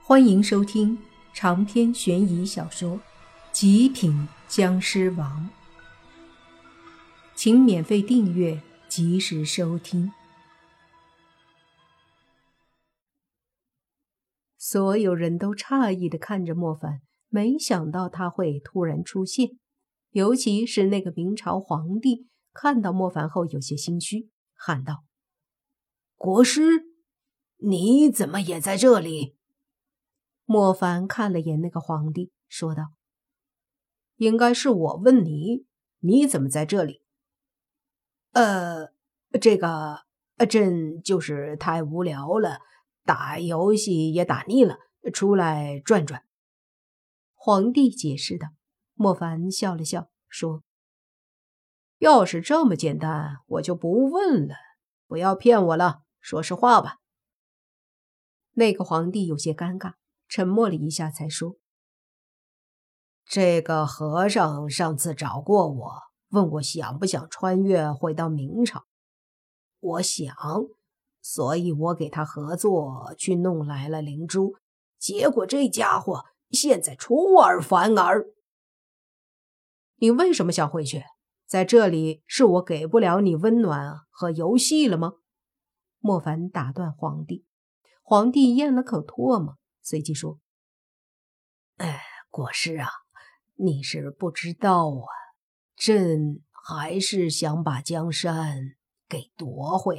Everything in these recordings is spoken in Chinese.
欢迎收听长篇悬疑小说《极品僵尸王》，请免费订阅，及时收听。所有人都诧异地看着莫凡，没想到他会突然出现，尤其是那个明朝皇帝，看到莫凡后有些心虚，喊道：“ 国师，你怎么也在这里？” 莫凡看了眼那个皇帝，说道：“应该是我问你，你怎么在这里？” 朕就是太无聊了，打游戏也打腻了，出来转转。 皇帝解释道。莫凡笑了笑，说：“要是这么简单，我就不问了，不要骗我了，说实话吧。”那个皇帝有些尴尬，沉默了一下，才说：“ 这个和尚上次找过我，问我想不想穿越回到明朝。我想，所以我给他合作去弄来了灵珠，结果这家伙现在出尔反尔。”“ 你为什么想回去？在这里是我给不了你温暖和游戏了吗？”莫凡打断皇帝。皇帝咽了口唾沫，随即说：“ 国师啊，你是不知道啊，朕还是想把江山给夺回来。”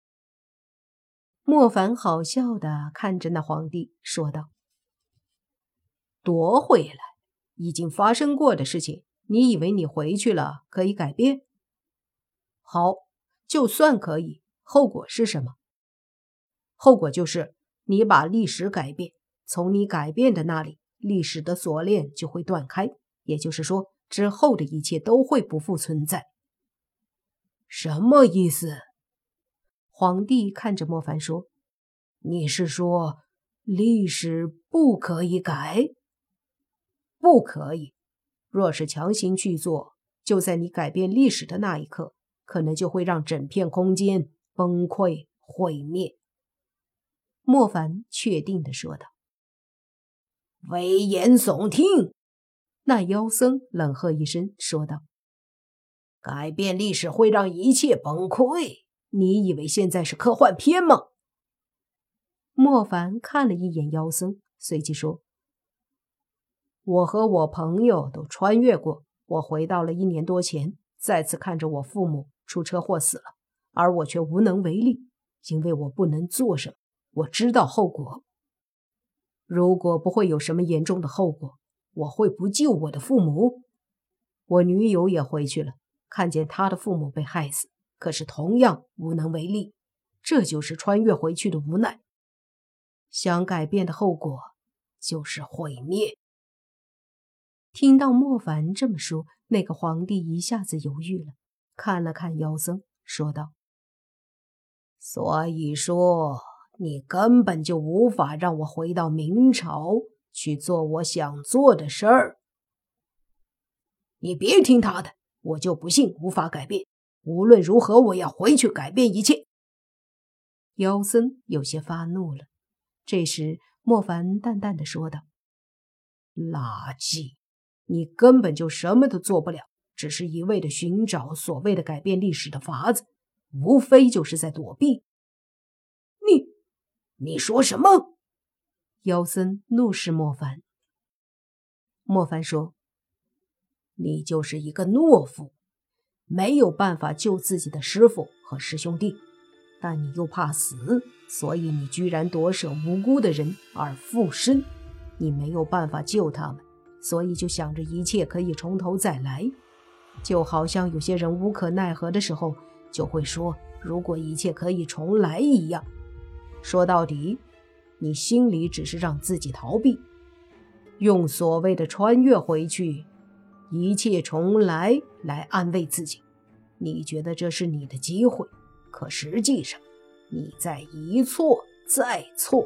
莫凡好笑地看着那皇帝，说道：“夺回来？已经发生过的事情，你以为你回去了可以改变？好，就算可以，后果是什么？后果就是你把历史改变，从你改变的那里，历史的锁链就会断开，也就是说，之后的一切都会不复存在。”“ 什么意思？” 皇帝看着莫凡说：“ 你是说历史不可以改？”“ 不可以。若是强行去做，就在你改变历史的那一刻，可能就会让整片空间崩溃毁灭。”莫凡确定地说道。 “危言耸听！” 那妖僧冷喝一声，说道：“ 改变历史会让一切崩溃？你以为现在是科幻片吗？” 莫凡看了一眼妖僧，随即说：“我和我朋友都穿越过，我回到了1年多前，再次看着我父母出车祸死了，而我却无能为力，因为我不能做什么，我知道后果。如果不会有什么严重的后果，我会不救我的父母。我女友也回去了，看见她的父母被害死，可是同样无能为力，这就是穿越回去的无奈。想改变的后果就是毁灭。”听到莫凡这么说，那个皇帝一下子犹豫了，看了看妖僧，说道：“ 所以说你根本就无法让我回到明朝去做我想做的事儿。”“你别听他的，我就不信无法改变，无论如何我要回去改变一切。” 妖僧有些发怒了。这时莫凡淡淡的说道：“垃圾，你根本就什么都做不了，只是一味的寻找所谓的改变历史的法子，无非就是在躲避。”“ 你说什么？” 妖僧怒视莫凡。莫凡说：“你就是一个懦夫，没有办法救自己的师父和师兄弟，但你又怕死，所以你居然夺舍无辜的人而复生。你没有办法救他们，所以就想着一切可以从头再来。就好像有些人无可奈何的时候，就会说如果一切可以重来一样。说到底，你心里只是让自己逃避，用所谓的穿越回去，一切重来安慰自己。你觉得这是你的机会，可实际上你在一错再错。”“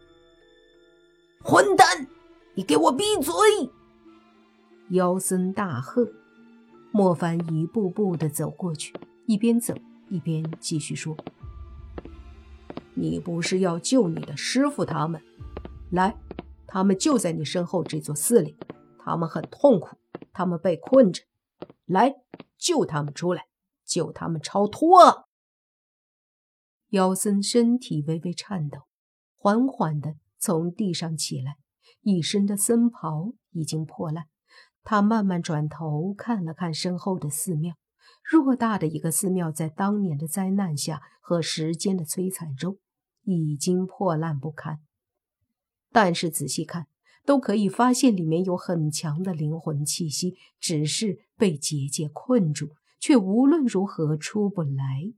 混蛋，你给我闭嘴！” 妖僧大喝。莫凡一步步地走过去，一边走一边继续说：“你不是要救你的师父他们？来， 他们就在你身后这座寺里，他们很痛苦，他们被困着，来，救他们出来，救他们超脱。”妖僧身体微微颤抖，缓缓地从地上起来，一身的僧袍已经破烂。他慢慢转头看了看身后的寺庙，偌大的一个寺庙，在当年的灾难下和时间的摧残中，已经破烂不堪。但是仔细看，都可以发现里面有很强的灵魂气息，只是被结界困住，却无论如何出不来。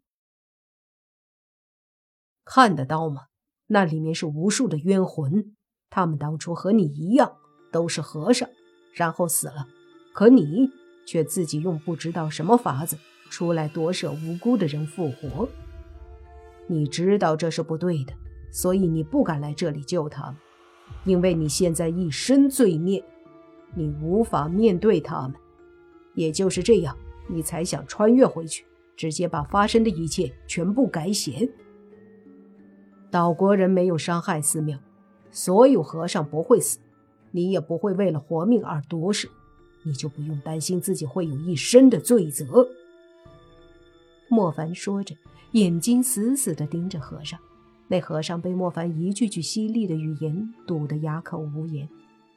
看得到吗？那里面是无数的冤魂，他们当初和你一样，都是和尚，然后死了，可你却自己用不知道什么法子出来夺舍无辜的人复活。你知道这是不对的，所以你不敢来这里救他们，因为你现在一身罪孽，你无法面对他们。也就是这样，你才想穿越回去，直接把发生的一切全部改写。岛国人没有伤害寺庙，所有和尚不会死，你也不会为了活命而夺舍，你就不用担心自己会有一身的罪责。莫凡说着，眼睛死死地盯着和尚。那和尚被莫凡一句句犀利的语言堵得哑口无言。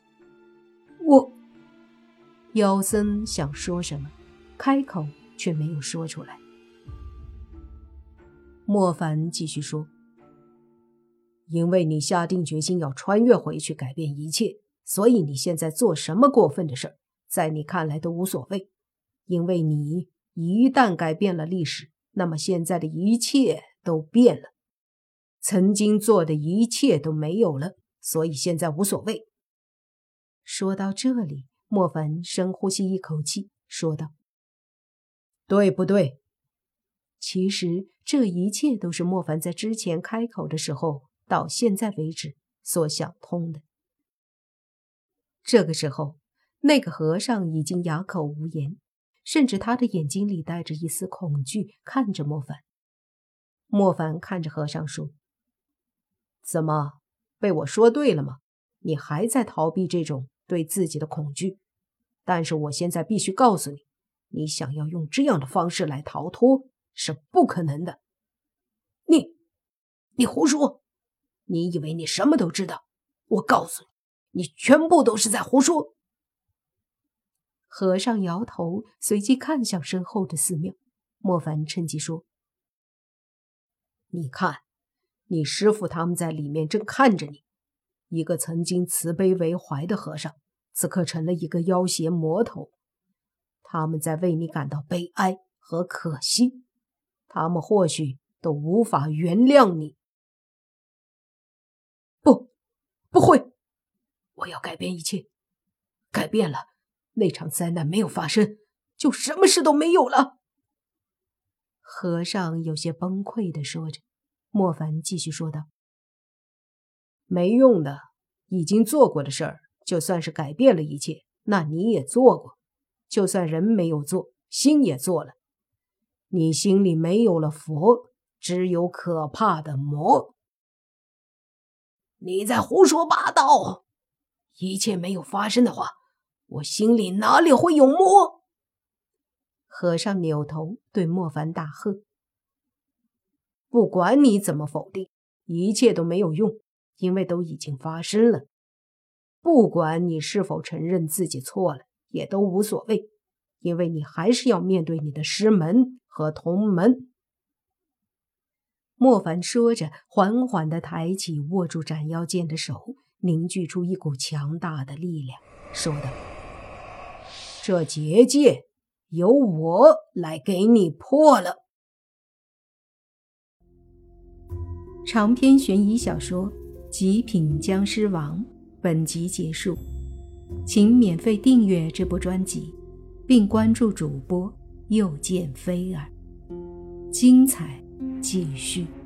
妖僧想说什么，开口却没有说出来。莫凡继续说：“因为你下定决心要穿越回去改变一切，所以你现在做什么过分的事，在你看来都无所谓。因为你一旦改变了历史，那么现在的一切都变了，曾经做的一切都没有了，所以现在无所谓。”说到这里，莫凡深呼吸一口气，说道：“对不对？”其实这一切都是莫凡在之前开口的时候到现在为止所想通的。这个时候，那个和尚已经哑口无言，甚至他的眼睛里带着一丝恐惧，看着莫凡。莫凡看着和尚说：“怎么，被我说对了吗？你还在逃避这种对自己的恐惧？但是我现在必须告诉你，你想要用这样的方式来逃脱是不可能的。你胡说！你以为你什么都知道？我告诉你，你全部都是在胡说。”和尚摇头，随即看向身后的寺庙。莫凡趁机说：“你看，你师父他们在里面正看着你。一个曾经慈悲为怀的和尚，此刻成了一个妖邪魔头。他们在为你感到悲哀和可惜，他们或许都无法原谅你。”“不会，我要改变一切。改变了，那场灾难没有发生，就什么事都没有了。”和尚有些崩溃地说着。莫凡继续说道：“没用的，已经做过的事儿，就算是改变了一切，那你也做过。就算人没有做，心也做了。你心里没有了佛，只有可怕的魔。”“你在胡说八道！一切没有发生的话，我心里哪里会有魔？”和尚扭头对莫凡大喝：“不管你怎么否定，一切都没有用，因为都已经发生了。不管你是否承认自己错了，也都无所谓，因为你还是要面对你的师门和同门。”莫凡说着，缓缓地抬起握住斩妖剑的手，凝聚出一股强大的力量，说道：“这结界由我来给你破了。”长篇悬疑小说《极品僵尸王》本集结束，请免费订阅这部专辑，并关注主播又见菲儿，精彩继续。